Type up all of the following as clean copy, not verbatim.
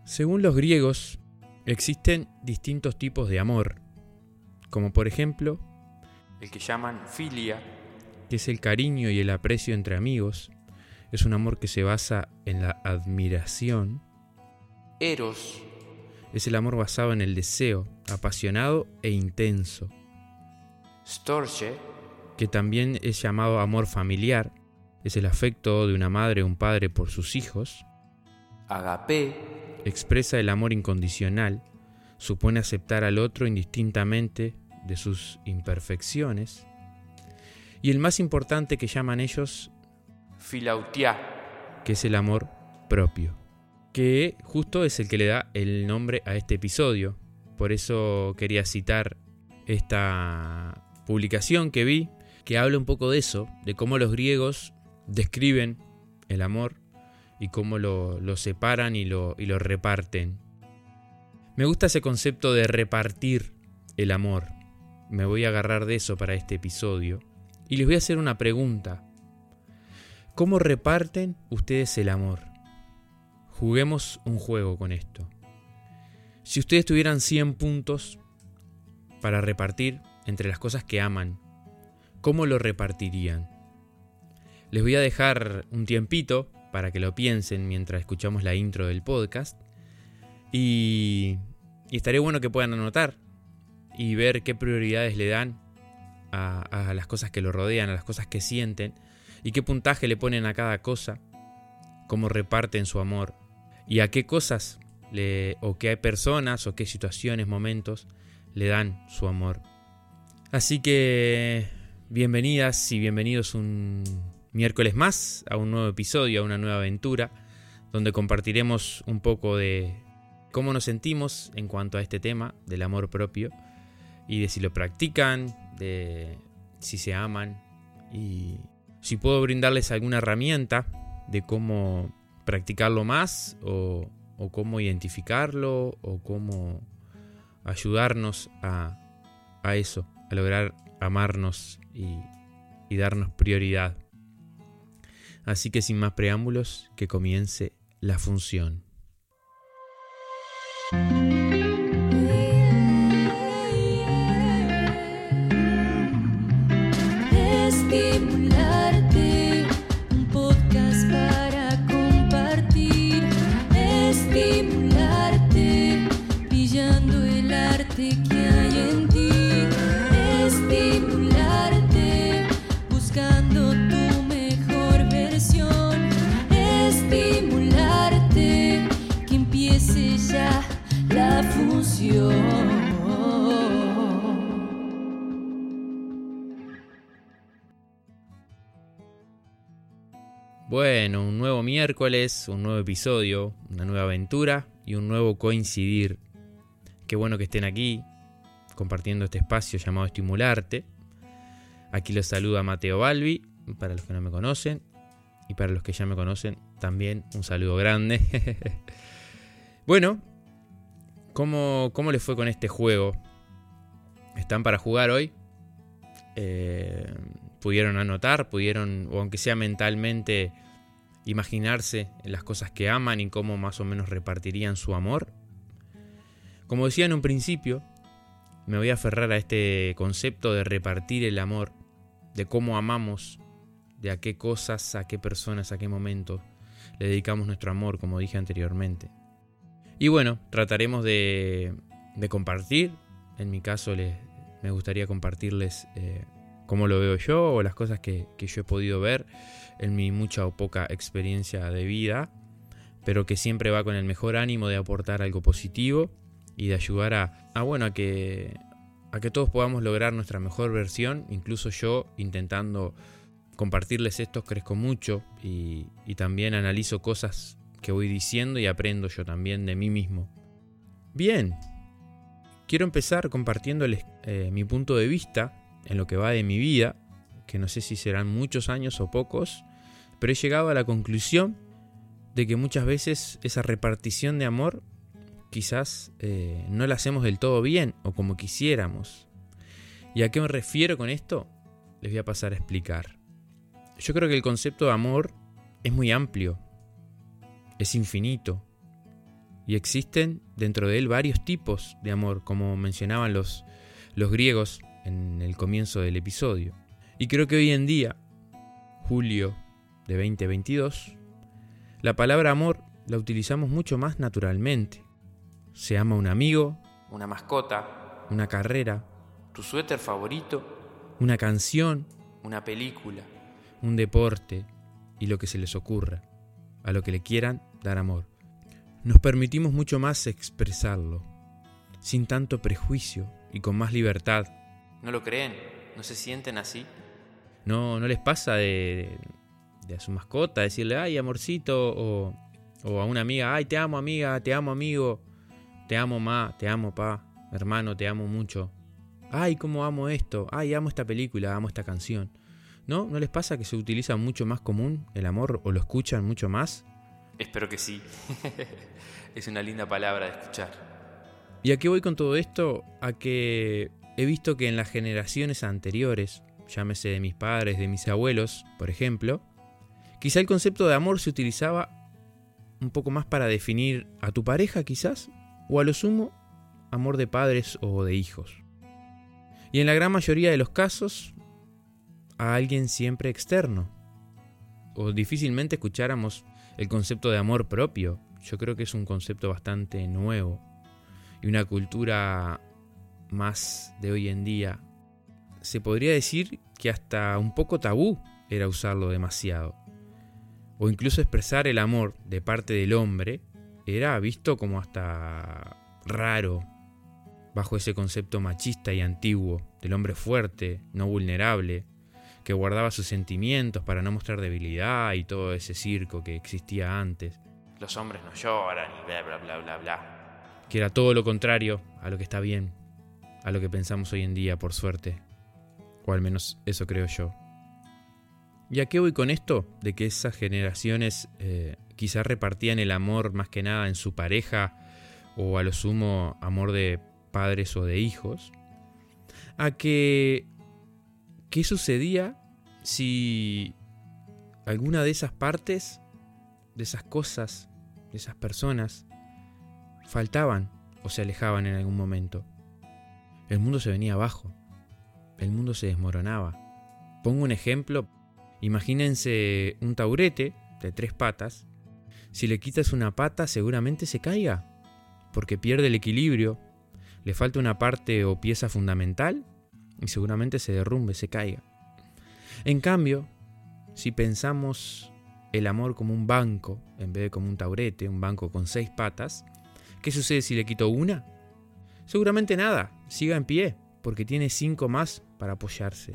Según los griegos, existen distintos tipos de amor, como por ejemplo, el que llaman filia, que es el cariño y el aprecio entre amigos. Es un amor que se basa en la admiración. Eros es el amor basado en el deseo, apasionado e intenso. Storge, que también es llamado amor familiar, es el afecto de una madre o un padre por sus hijos. Agape expresa el amor incondicional, supone aceptar al otro indistintamente de sus imperfecciones. Y el más importante que llaman ellos, Philautia, que es el amor propio, que justo es el que le da el nombre a este episodio. Por eso quería citar esta publicación que vi, que habla un poco de eso, de cómo los griegos describen el amor y cómo lo separan y lo reparten. Me gusta ese concepto de repartir el amor. Me voy a agarrar de eso para este episodio. Y les voy a hacer una pregunta. ¿Cómo reparten ustedes el amor? Juguemos un juego con esto. Si ustedes tuvieran 100 puntos para repartir entre las cosas que aman, ¿cómo lo repartirían? Les voy a dejar un tiempito para que lo piensen mientras escuchamos la intro del podcast. Y estaría bueno que puedan anotar y ver qué prioridades le dan a las cosas que lo rodean, a las cosas que sienten, y qué puntaje le ponen a cada cosa, cómo reparten su amor, y a qué cosas, o qué personas, o qué situaciones, momentos, le dan su amor. Así que bienvenidas y bienvenidos un miércoles más a un nuevo episodio, a una nueva aventura, donde compartiremos un poco de cómo nos sentimos en cuanto a este tema del amor propio, y de si lo practican, de si se aman, y si puedo brindarles alguna herramienta de cómo practicarlo más, o cómo identificarlo, o cómo ayudarnos a eso, a lograr amarnos y darnos prioridad. Así que sin más preámbulos, que comience la función. Estimularte, un podcast para compartir. Estimularte, brillando el arte que hay en ti. Estimularte, buscando tu mejor versión. Estimularte, que empiece ya la función. Bueno, un nuevo miércoles, un nuevo episodio, una nueva aventura y un nuevo coincidir. Qué bueno que estén aquí, compartiendo este espacio llamado Estimularte. Aquí los saluda Mateo Balbi, para los que no me conocen, y para los que ya me conocen, también un saludo grande. Bueno, ¿cómo les fue con este juego? ¿Están para jugar hoy? ¿Pudieron anotar? ¿Pudieron, o aunque sea mentalmente, imaginarse las cosas que aman y cómo más o menos repartirían su amor? Como decía en un principio, me voy a aferrar a este concepto de repartir el amor, de cómo amamos, de a qué cosas, a qué personas, a qué momentos le dedicamos nuestro amor, como dije anteriormente. Y bueno, trataremos de compartir. En mi caso me gustaría compartirles cómo lo veo yo, o las cosas que yo he podido ver en mi mucha o poca experiencia de vida, pero que siempre va con el mejor ánimo de aportar algo positivo y de ayudar a que todos podamos lograr nuestra mejor versión. Incluso yo, intentando compartirles esto, crezco mucho y también analizo cosas que voy diciendo y aprendo yo también de mí mismo. Bien, quiero empezar compartiéndoles mi punto de vista en lo que va de mi vida, que no sé si serán muchos años o pocos, pero he llegado a la conclusión de que muchas veces esa repartición de amor quizás no la hacemos del todo bien o como quisiéramos. ¿Y a qué me refiero con esto? Les voy a pasar a explicar. Yo creo que el concepto de amor es muy amplio, es infinito, Y existen dentro de él varios tipos de amor, como mencionaban los griegos en el comienzo del episodio. Y creo que hoy en día, julio de 2022, la palabra amor la utilizamos mucho más naturalmente. Se ama un amigo, una mascota, una carrera, tu suéter favorito, una canción, una película, un deporte y lo que se les ocurra, a lo que le quieran dar amor. Nos permitimos mucho más expresarlo, sin tanto prejuicio y con más libertad. ¿No lo creen? ¿No se sienten así? No les pasa de a su mascota decirle, ay, amorcito, o a una amiga, ay, te amo, amiga, te amo, amigo, te amo, ma, te amo, pa, hermano, te amo mucho. Ay, cómo amo esto, ay, amo esta película, amo esta canción. ¿No les pasa que se utiliza mucho más común el amor o lo escuchan mucho más? Espero que sí. Es una linda palabra de escuchar. ¿Y a qué voy con todo esto? A que he visto que en las generaciones anteriores, llámese de mis padres, de mis abuelos, por ejemplo, quizá el concepto de amor se utilizaba un poco más para definir a tu pareja quizás, o a lo sumo, amor de padres o de hijos. Y en la gran mayoría de los casos, a alguien siempre externo. O difícilmente escucháramos el concepto de amor propio. Yo creo que es un concepto bastante nuevo y una cultura más de hoy en día. Se podría decir que hasta un poco tabú era usarlo demasiado. O incluso expresar el amor de parte del hombre era visto como hasta raro, bajo ese concepto machista y antiguo del hombre fuerte, no vulnerable, que guardaba sus sentimientos para no mostrar debilidad y todo ese circo que existía antes. Los hombres no lloran y bla bla bla bla bla. Que era todo lo contrario a lo que está bien, a lo que pensamos hoy en día, por suerte. O al menos eso creo yo. ¿Y a qué voy con esto? De que esas generaciones quizás repartían el amor más que nada en su pareja o a lo sumo amor de padres o de hijos. A que ¿qué sucedía si alguna de esas partes, de esas cosas, de esas personas faltaban o se alejaban en algún momento? El mundo se venía abajo, el mundo se desmoronaba. Pongo un ejemplo. Imagínense un taburete de 3 patas. Si le quitas una pata seguramente se caiga, porque pierde el equilibrio, le falta una parte o pieza fundamental y seguramente se derrumbe, se caiga. En cambio, si pensamos el amor como un banco, en vez de como un taburete, un banco con 6 patas, ¿qué sucede si le quito una? Seguramente nada, siga en pie, porque tiene 5 más para apoyarse.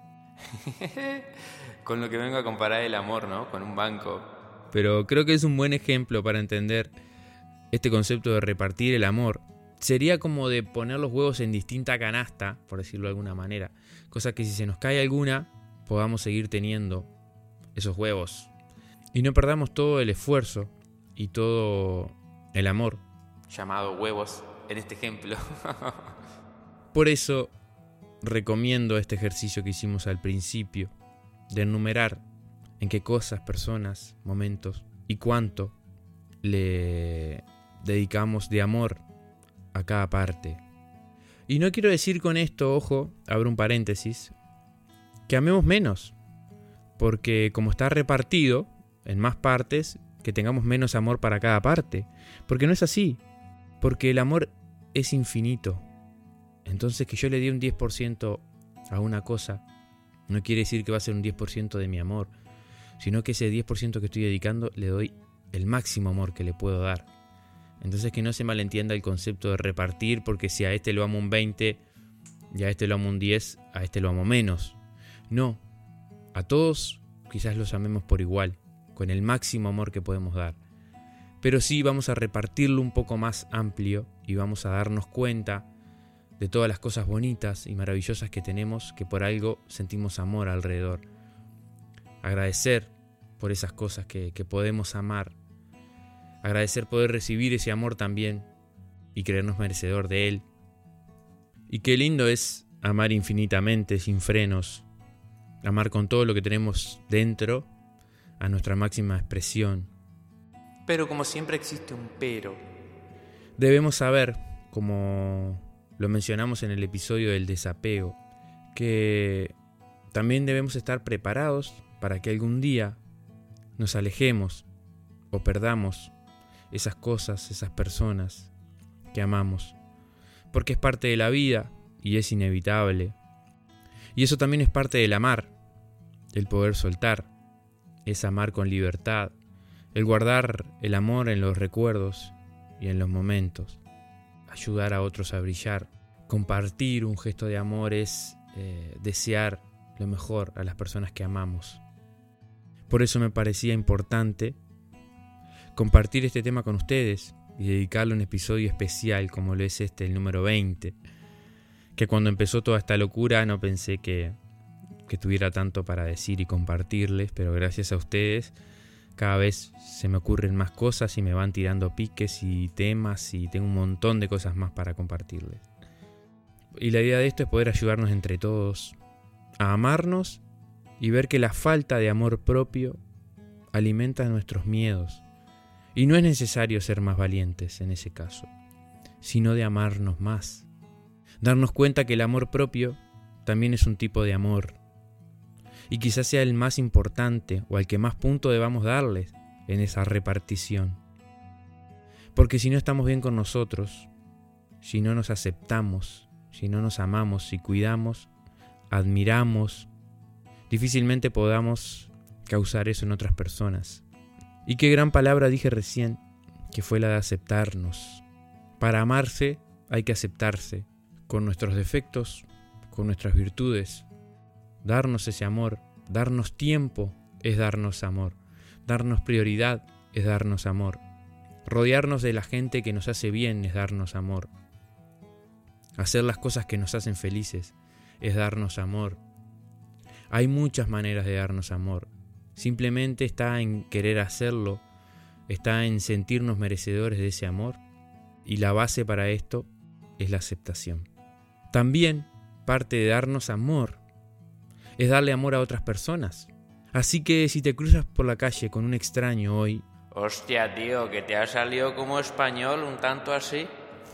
Con lo que vengo a comparar el amor, ¿no? Con un banco. Pero creo que es un buen ejemplo para entender este concepto de repartir el amor. Sería como de poner los huevos en distinta canasta, por decirlo de alguna manera. Cosa que si se nos cae alguna, podamos seguir teniendo esos huevos. Y no perdamos todo el esfuerzo y todo el amor. Llamado huevos en este ejemplo. Por eso recomiendo este ejercicio que hicimos al principio, de enumerar en qué cosas, personas, momentos y cuánto le dedicamos de amor a cada parte. Y no quiero decir con esto, ojo, abro un paréntesis, que amemos menos, porque como está repartido en más partes, que tengamos menos amor para cada parte, porque no es así, porque el amor es infinito. Entonces que yo le dé un 10% a una cosa, no quiere decir que va a ser un 10% de mi amor, sino que ese 10% que estoy dedicando le doy el máximo amor que le puedo dar. Entonces que no se malentienda el concepto de repartir, porque si a este lo amo un 20 y a este lo amo un 10, a este lo amo menos. No, a todos quizás los amemos por igual, con el máximo amor que podemos dar. Pero sí vamos a repartirlo un poco más amplio y vamos a darnos cuenta de todas las cosas bonitas y maravillosas que tenemos, que por algo sentimos amor alrededor. Agradecer por esas cosas que podemos amar. Agradecer poder recibir ese amor también y creernos merecedor de él. Y qué lindo es amar infinitamente, sin frenos. Amar con todo lo que tenemos dentro, a nuestra máxima expresión. Pero como siempre existe un pero. Debemos saber, como lo mencionamos en el episodio del desapego, que también debemos estar preparados para que algún día nos alejemos o perdamos esas cosas, esas personas que amamos, porque es parte de la vida y es inevitable. Y eso también es parte del amar, el poder soltar, es amar con libertad, el guardar el amor en los recuerdos y en los momentos, ayudar a otros a brillar. Compartir un gesto de amor es desear lo mejor a las personas que amamos. Por eso me parecía importante compartir este tema con ustedes y dedicarle un episodio especial como lo es este, el número 20, que cuando empezó toda esta locura no pensé que tuviera tanto para decir y compartirles, pero gracias a ustedes cada vez se me ocurren más cosas y me van tirando piques y temas y tengo un montón de cosas más para compartirles. Y la idea de esto es poder ayudarnos entre todos a amarnos y ver que la falta de amor propio alimenta nuestros miedos. Y no es necesario ser más valientes en ese caso, sino de amarnos más. Darnos cuenta que el amor propio también es un tipo de amor. Y quizás sea el más importante o al que más punto debamos darles en esa repartición. Porque si no estamos bien con nosotros, si no nos aceptamos, si no nos amamos, si cuidamos, admiramos, difícilmente podamos causar eso en otras personas. Y qué gran palabra dije recién, que fue la de aceptarnos. Para amarse hay que aceptarse, con nuestros defectos, con nuestras virtudes. Darnos ese amor, darnos tiempo es darnos amor, darnos prioridad es darnos amor, rodearnos de la gente que nos hace bien es darnos amor, hacer las cosas que nos hacen felices es darnos amor. Hay muchas maneras de darnos amor. Simplemente está en querer hacerlo, está en sentirnos merecedores de ese amor, y la base para esto es la aceptación. También parte de darnos amor es darle amor a otras personas. Así que si te cruzas por la calle con un extraño hoy... Hostia, tío, que te ha salido como español un tanto así.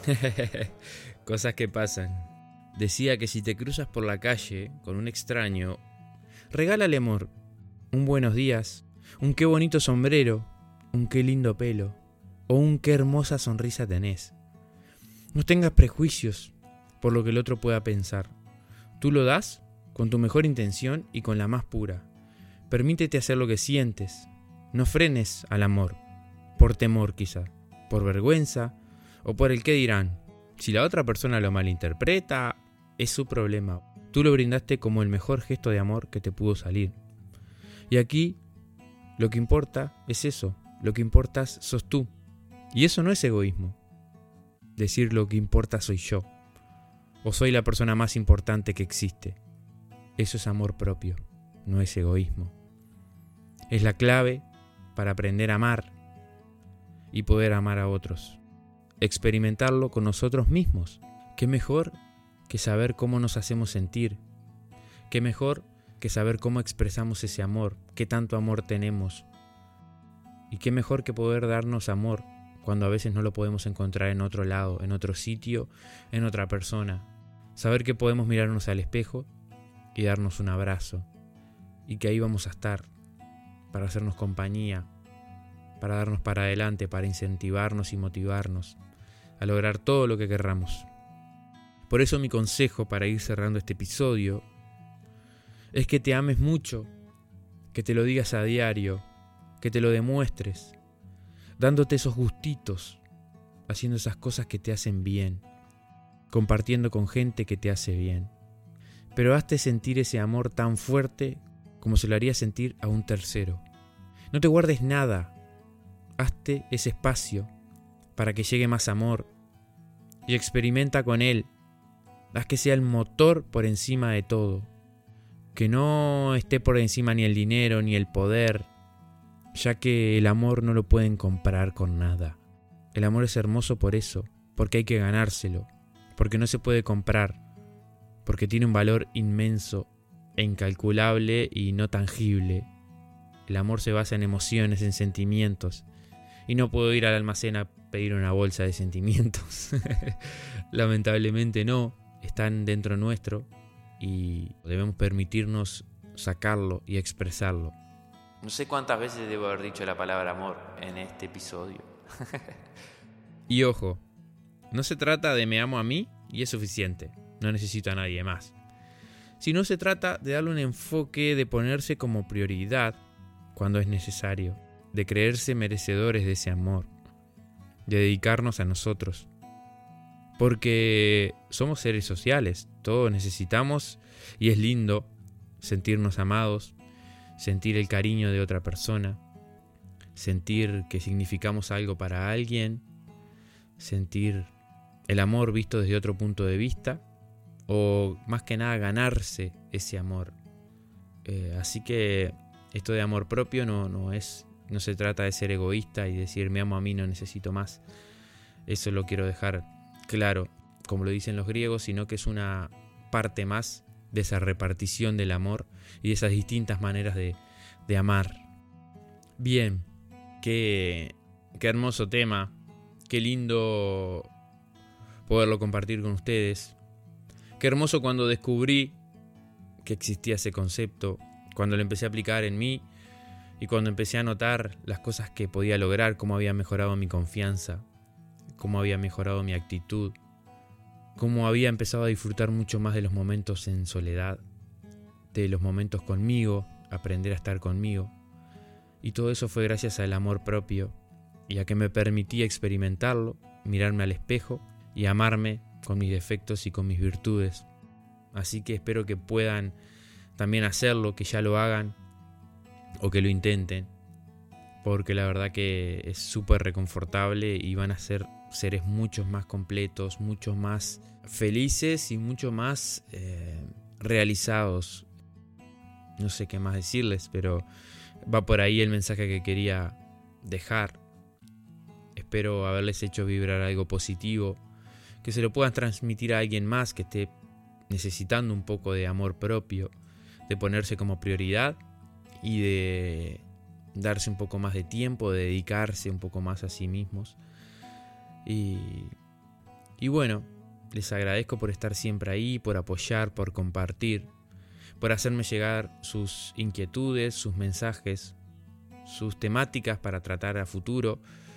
Cosas que pasan. Decía que si te cruzas por la calle con un extraño, regálale amor. Un buenos días, un qué bonito sombrero, un qué lindo pelo, o un qué hermosa sonrisa tenés. No tengas prejuicios por lo que el otro pueda pensar. Tú lo das con tu mejor intención y con la más pura. Permítete hacer lo que sientes. No frenes al amor, por temor quizá, por vergüenza o por el qué dirán. Si la otra persona lo malinterpreta, es su problema. Tú lo brindaste como el mejor gesto de amor que te pudo salir. Y aquí lo que importa es eso, lo que importa sos tú. Y eso no es egoísmo. Decir lo que importa soy yo, o soy la persona más importante que existe. Eso es amor propio, no es egoísmo. Es la clave para aprender a amar y poder amar a otros. Experimentarlo con nosotros mismos. ¿Qué mejor que saber cómo nos hacemos sentir? ¿Qué mejor que saber cómo expresamos ese amor? ¿Qué tanto amor tenemos? Y qué mejor que poder darnos amor cuando a veces no lo podemos encontrar en otro lado, en otro sitio, en otra persona. Saber que podemos mirarnos al espejo y darnos un abrazo, y que ahí vamos a estar para hacernos compañía, para darnos para adelante, para incentivarnos y motivarnos a lograr todo lo que querramos. Por eso mi consejo para ir cerrando este episodio es que te ames mucho, que te lo digas a diario, que te lo demuestres, dándote esos gustitos, haciendo esas cosas que te hacen bien, compartiendo con gente que te hace bien. Pero hazte sentir ese amor tan fuerte como se lo haría sentir a un tercero. No te guardes nada, hazte ese espacio para que llegue más amor y experimenta con él. Haz que sea el motor por encima de todo, que no esté por encima ni el dinero ni el poder, ya que el amor no lo pueden comprar con nada. El amor es hermoso por eso, porque hay que ganárselo, porque no se puede comprar, porque tiene un valor inmenso e incalculable y no tangible. El amor se basa en emociones, en sentimientos, y no puedo ir al almacén a pedir una bolsa de sentimientos. Lamentablemente no, están dentro nuestro y debemos permitirnos sacarlo y expresarlo. No sé cuántas veces debo haber dicho la palabra amor en este episodio. Y ojo, no se trata de me amo a mí y es suficiente, no necesito a nadie más. Sino se trata de darle un enfoque, de ponerse como prioridad cuando es necesario, de creerse merecedores de ese amor, de dedicarnos a nosotros. Porque somos seres sociales, todos necesitamos y es lindo sentirnos amados, sentir el cariño de otra persona, sentir que significamos algo para alguien, sentir el amor visto desde otro punto de vista o más que nada ganarse ese amor. Así que esto de amor propio no se trata de ser egoísta y decir me amo a mí, no necesito más. Eso lo quiero dejar claro, como lo dicen los griegos, sino que es una parte más de esa repartición del amor y de esas distintas maneras de amar. Bien, qué hermoso tema, qué lindo poderlo compartir con ustedes. Qué hermoso cuando descubrí que existía ese concepto, cuando lo empecé a aplicar en mí y cuando empecé a notar las cosas que podía lograr, cómo había mejorado mi confianza, cómo había mejorado mi actitud, cómo había empezado a disfrutar mucho más de los momentos en soledad, de los momentos conmigo, aprender a estar conmigo. Y todo eso fue gracias al amor propio y a que me permitía experimentarlo, mirarme al espejo y amarme con mis defectos y con mis virtudes. Así que espero que puedan también hacerlo, que ya lo hagan o que lo intenten, porque la verdad que es súper reconfortable y van a ser seres mucho más completos, mucho más felices y mucho más realizados. No sé qué más decirles, pero va por ahí el mensaje que quería dejar. Espero haberles hecho vibrar algo positivo, que se lo puedan transmitir a alguien más que esté necesitando un poco de amor propio, de ponerse como prioridad y de darse un poco más de tiempo, de dedicarse un poco más a sí mismos. Y bueno, les agradezco por estar siempre ahí, por apoyar, por compartir, por hacerme llegar sus inquietudes, sus mensajes, sus temáticas para tratar a futuro.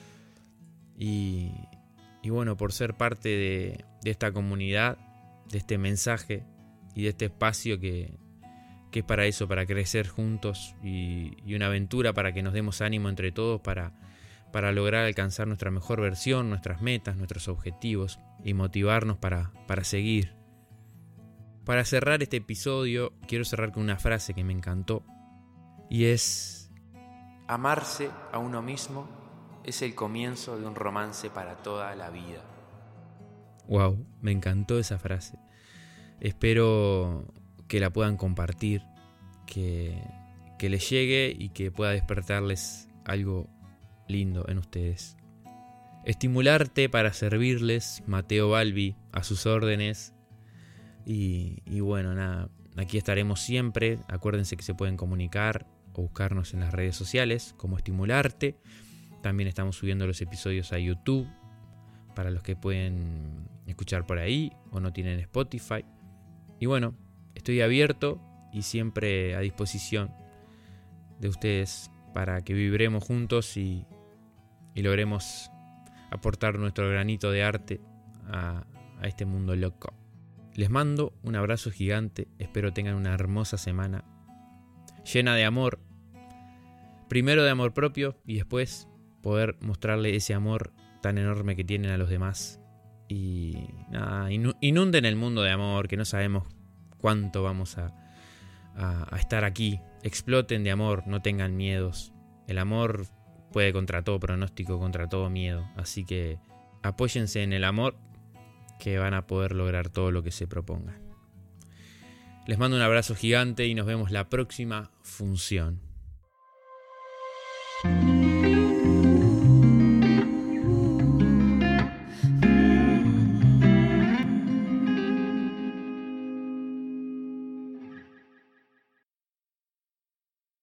Y bueno, por ser parte de esta comunidad, de este mensaje y de este espacio que es para eso, para crecer juntos y una aventura para que nos demos ánimo entre todos para lograr alcanzar nuestra mejor versión, nuestras metas, nuestros objetivos y motivarnos para seguir. Para cerrar este episodio, quiero cerrar con una frase que me encantó y es: amarse a uno mismo es el comienzo de un romance para toda la vida. Wow, me encantó esa frase. Espero que la puedan compartir, que les llegue y que pueda despertarles algo lindo en ustedes. Estimularte para servirles, Mateo Balbi, a sus órdenes. Y bueno, nada, aquí estaremos siempre. Acuérdense que se pueden comunicar o buscarnos en las redes sociales como Estimularte. También estamos subiendo los episodios a YouTube para los que pueden escuchar por ahí o no tienen Spotify. Y bueno, estoy abierto y siempre a disposición de ustedes para que vibremos juntos y logremos aportar nuestro granito de arte a este mundo loco. Les mando un abrazo gigante, espero tengan una hermosa semana llena de amor, primero de amor propio y después poder mostrarle ese amor tan enorme que tienen a los demás. Y nada, inunden el mundo de amor, que no sabemos cuánto vamos a estar aquí. Exploten de amor, no tengan miedos. El amor puede contra todo pronóstico, contra todo miedo. Así que apóyense en el amor, que van a poder lograr todo lo que se propongan. Les mando un abrazo gigante y nos vemos la próxima función.